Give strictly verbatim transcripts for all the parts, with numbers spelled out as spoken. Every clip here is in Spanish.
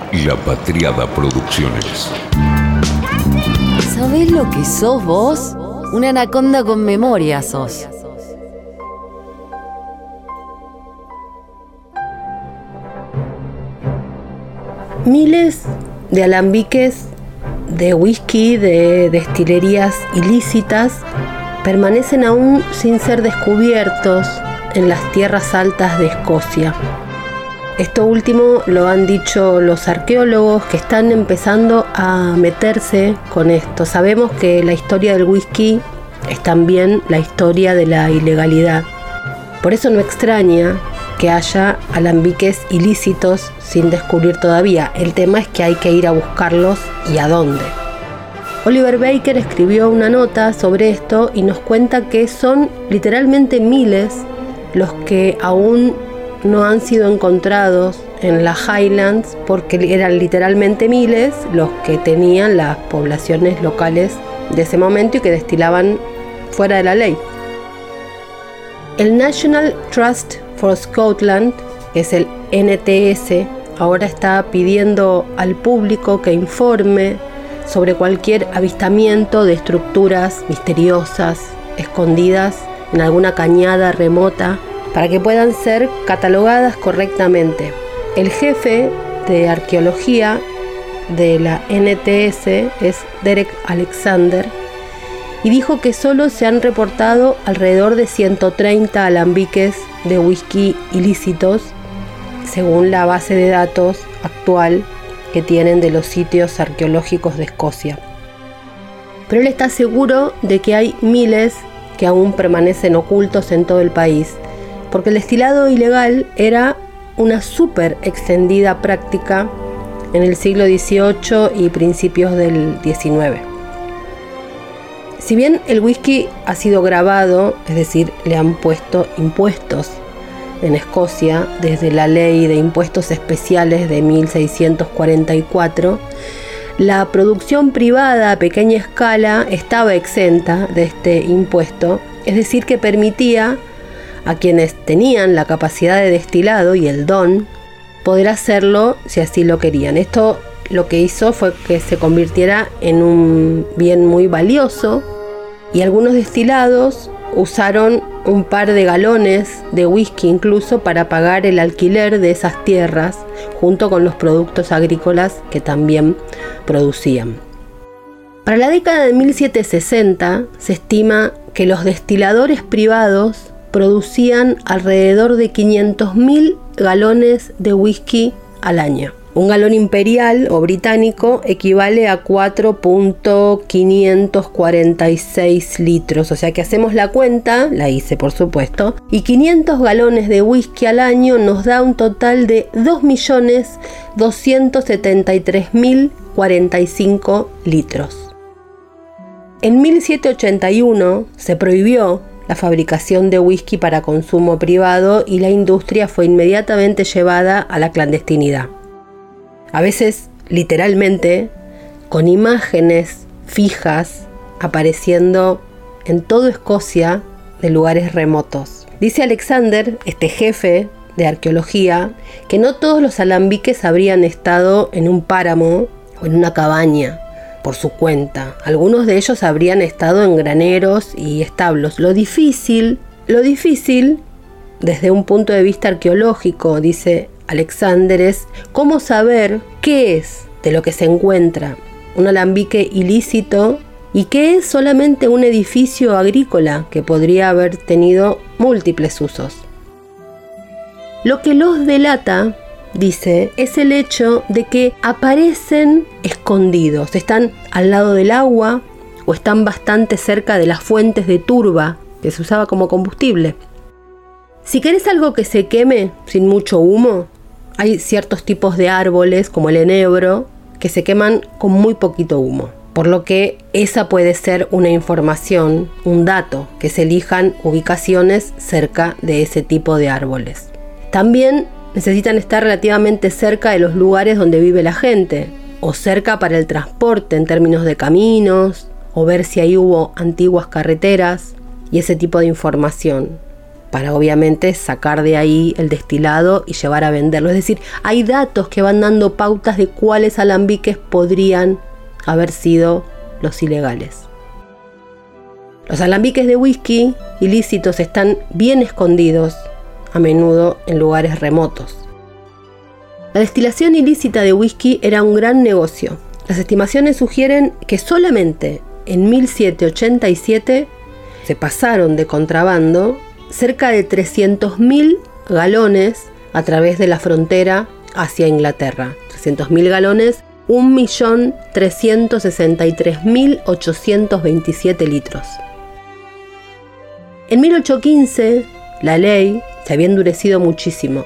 La Patriada Producciones. ¿Sabés lo que sos vos? Una anaconda con memoria sos. Miles de alambiques de whisky de destilerías ilícitas permanecen aún sin ser descubiertos en las tierras altas de Escocia. Esto último lo han dicho los arqueólogos que están empezando a meterse con esto. Sabemos que la historia del whisky es también la historia de la ilegalidad. Por eso no extraña que haya alambiques ilícitos sin descubrir todavía. El tema es que hay que ir a buscarlos y a dónde. Oliver Baker escribió una nota sobre esto y nos cuenta que son literalmente miles los que aún no han sido encontrados en las Highlands, porque eran literalmente miles los que tenían las poblaciones locales de ese momento y que destilaban fuera de la ley. El National Trust for Scotland, que es el N T S, ahora está pidiendo al público que informe sobre cualquier avistamiento de estructuras misteriosas escondidas en alguna cañada remota para que puedan ser catalogadas correctamente. El jefe de arqueología de la N T S es Derek Alexander y dijo que solo se han reportado alrededor de ciento treinta alambiques de whisky ilícitos según la base de datos actual que tienen de los sitios arqueológicos de Escocia. Pero él está seguro de que hay miles que aún permanecen ocultos en todo el país, porque el destilado ilegal era una súper extendida práctica en el siglo dieciocho y principios del diecinueve. Si bien el whisky ha sido grabado, es decir, le han puesto impuestos en Escocia desde la ley de impuestos especiales de mil seiscientos cuarenta y cuatro, la producción privada a pequeña escala estaba exenta de este impuesto, es decir, que permitía a quienes tenían la capacidad de destilado y el don poder hacerlo si así lo querían. Esto lo que hizo fue que se convirtiera en un bien muy valioso y algunos destilados usaron un par de galones de whisky incluso para pagar el alquiler de esas tierras junto con los productos agrícolas que también producían. Para la década de mil setecientos sesenta se estima que los destiladores privados producían alrededor de quinientos mil galones de whisky al año. Un galón imperial o británico equivale a cuatro punto quinientos cuarenta y seis litros, o sea que hacemos la cuenta, la hice por supuesto, y quinientos galones de whisky al año nos da un total de dos millones doscientos setenta y tres mil cuarenta y cinco litros. En mil setecientos ochenta y uno se prohibió la fabricación de whisky para consumo privado y la industria fue inmediatamente llevada a la clandestinidad. A veces, literalmente, con imágenes fijas apareciendo en toda Escocia de lugares remotos. Dice Alexander, este jefe de arqueología, que no todos los alambiques habrían estado en un páramo o en una cabaña por su cuenta. Algunos de ellos habrían estado en graneros y establos. Lo difícil, lo difícil, desde un punto de vista arqueológico, dice Alexander, es cómo saber qué es de lo que se encuentra un alambique ilícito y qué es solamente un edificio agrícola que podría haber tenido múltiples usos. Lo que los delata, dice, es el hecho de que aparecen escondidos, están al lado del agua o están bastante cerca de las fuentes de turba que se usaba como combustible. Si querés algo que se queme sin mucho humo, hay ciertos tipos de árboles como el enebro que se queman con muy poquito humo, por lo que esa puede ser una información, un dato, que se elijan ubicaciones cerca de ese tipo de árboles. También necesitan estar relativamente cerca de los lugares donde vive la gente, o cerca para el transporte en términos de caminos, o ver si ahí hubo antiguas carreteras y ese tipo de información. para obviamente sacar de ahí el destilado y llevar a venderlo. Es decir, hay datos que van dando pautas de cuáles alambiques podrían haber sido los ilegales. Los alambiques de whisky ilícitos están bien escondidos, a menudo en lugares remotos. La destilación ilícita de whisky era un gran negocio. Las estimaciones sugieren que solamente en mil setecientos ochenta y siete se pasaron de contrabando cerca de trescientos mil galones a través de la frontera hacia Inglaterra. trescientos mil galones, un millón trescientos sesenta y tres mil ochocientos veintisiete litros. En mil ochocientos quince, la ley se había endurecido muchísimo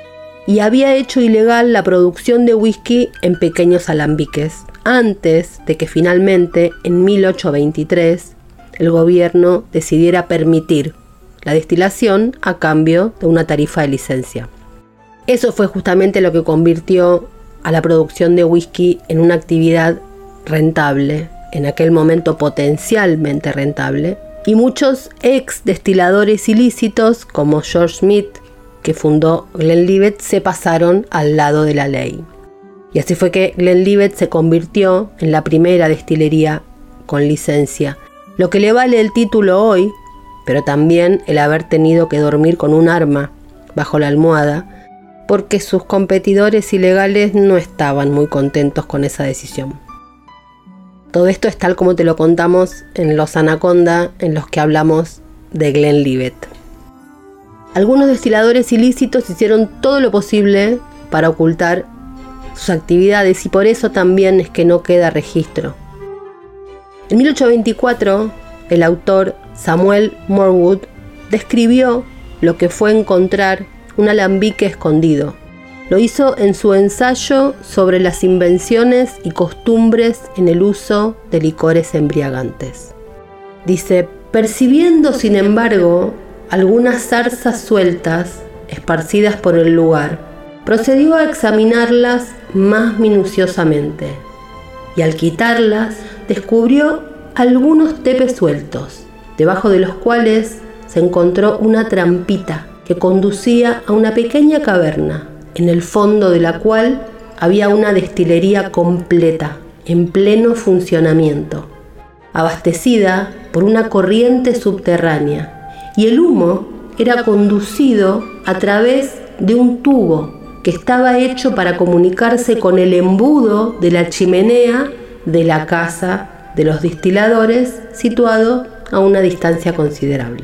y había hecho ilegal la producción de whisky en pequeños alambiques, antes de que finalmente, en mil ochocientos veintitrés, el gobierno decidiera permitir la destilación a cambio de una tarifa de licencia. Eso fue justamente lo que convirtió a la producción de whisky en una actividad rentable, en aquel momento potencialmente rentable, y muchos ex destiladores ilícitos como George Smith, que fundó Glenlivet, se pasaron al lado de la ley. Y así fue que Glenlivet se convirtió en la primera destilería con licencia, lo que le vale el título hoy, pero también el haber tenido que dormir con un arma bajo la almohada, porque sus competidores ilegales no estaban muy contentos con esa decisión. Todo esto es tal como te lo contamos en Los Anaconda, en los que hablamos de Glenlivet. Algunos destiladores ilícitos hicieron todo lo posible para ocultar sus actividades y por eso también es que no queda registro. En mil ochocientos veinticuatro, el autor Samuel Morwood describió lo que fue encontrar un alambique escondido. Lo hizo en su ensayo sobre las invenciones y costumbres en el uso de licores embriagantes. Dice: percibiendo sin embargo algunas zarzas sueltas esparcidas por el lugar, procedió a examinarlas más minuciosamente y al quitarlas descubrió algunos tepes sueltos, debajo de los cuales se encontró una trampita que conducía a una pequeña caverna, en el fondo de la cual había una destilería completa, en pleno funcionamiento, abastecida por una corriente subterránea, y el humo era conducido a través de un tubo que estaba hecho para comunicarse con el embudo de la chimenea de la casa de los destiladores, situado a una distancia considerable.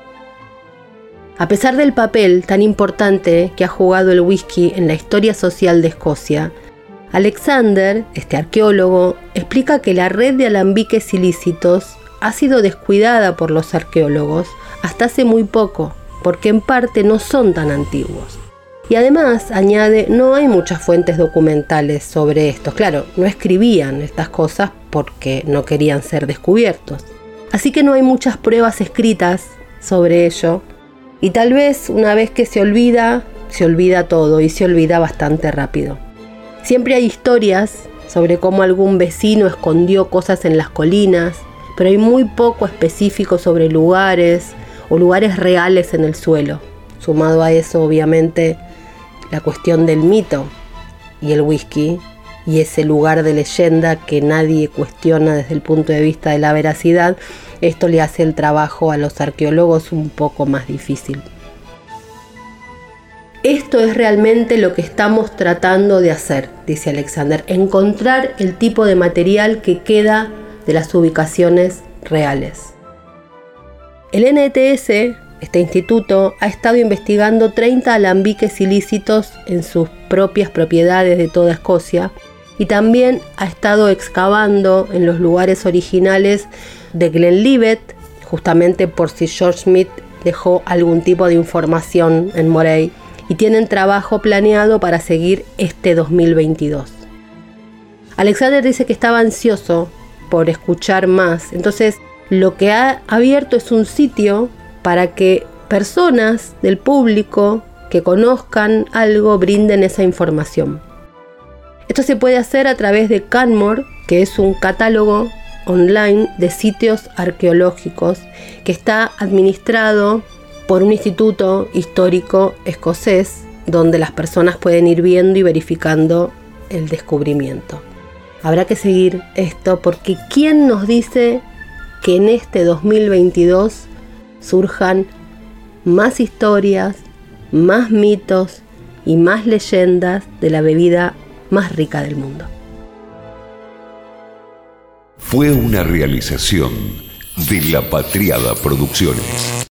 A pesar del papel tan importante que ha jugado el whisky en la historia social de Escocia, Alexander, este arqueólogo, explica que la red de alambiques ilícitos ha sido descuidada por los arqueólogos hasta hace muy poco, porque en parte no son tan antiguos. Y además, añade, no hay muchas fuentes documentales sobre estos. Claro, no escribían estas cosas porque no querían ser descubiertos. Así que no hay muchas pruebas escritas sobre ello. Y tal vez una vez que se olvida, se olvida todo y se olvida bastante rápido. Siempre hay historias sobre cómo algún vecino escondió cosas en las colinas, pero hay muy poco específico sobre lugares o lugares reales en el suelo. Sumado a eso, obviamente, la cuestión del mito y el whisky y ese lugar de leyenda que nadie cuestiona desde el punto de vista de la veracidad, esto le hace el trabajo a los arqueólogos un poco más difícil. Esto es realmente lo que estamos tratando de hacer, dice Alexander, encontrar el tipo de material que queda de las ubicaciones reales. El N T S, este instituto, ha estado investigando treinta alambiques ilícitos en sus propias propiedades de toda Escocia y también ha estado excavando en los lugares originales de Glenlivet, justamente por si George Smith dejó algún tipo de información en Moray, y tienen trabajo planeado para seguir este dos mil veintidós. Alexander dice que estaba ansioso por escuchar más, entonces lo que ha abierto es un sitio para que personas del público que conozcan algo brinden esa información. Esto se puede hacer a través de Canmore, que es un catálogo online de sitios arqueológicos que está administrado por un instituto histórico escocés donde las personas pueden ir viendo y verificando el descubrimiento. Habrá que seguir esto porque ¿quién nos dice que en este dos mil veintidós surjan más historias, más mitos y más leyendas de la bebida más rica del mundo? Fue una realización de La Patriada Producciones.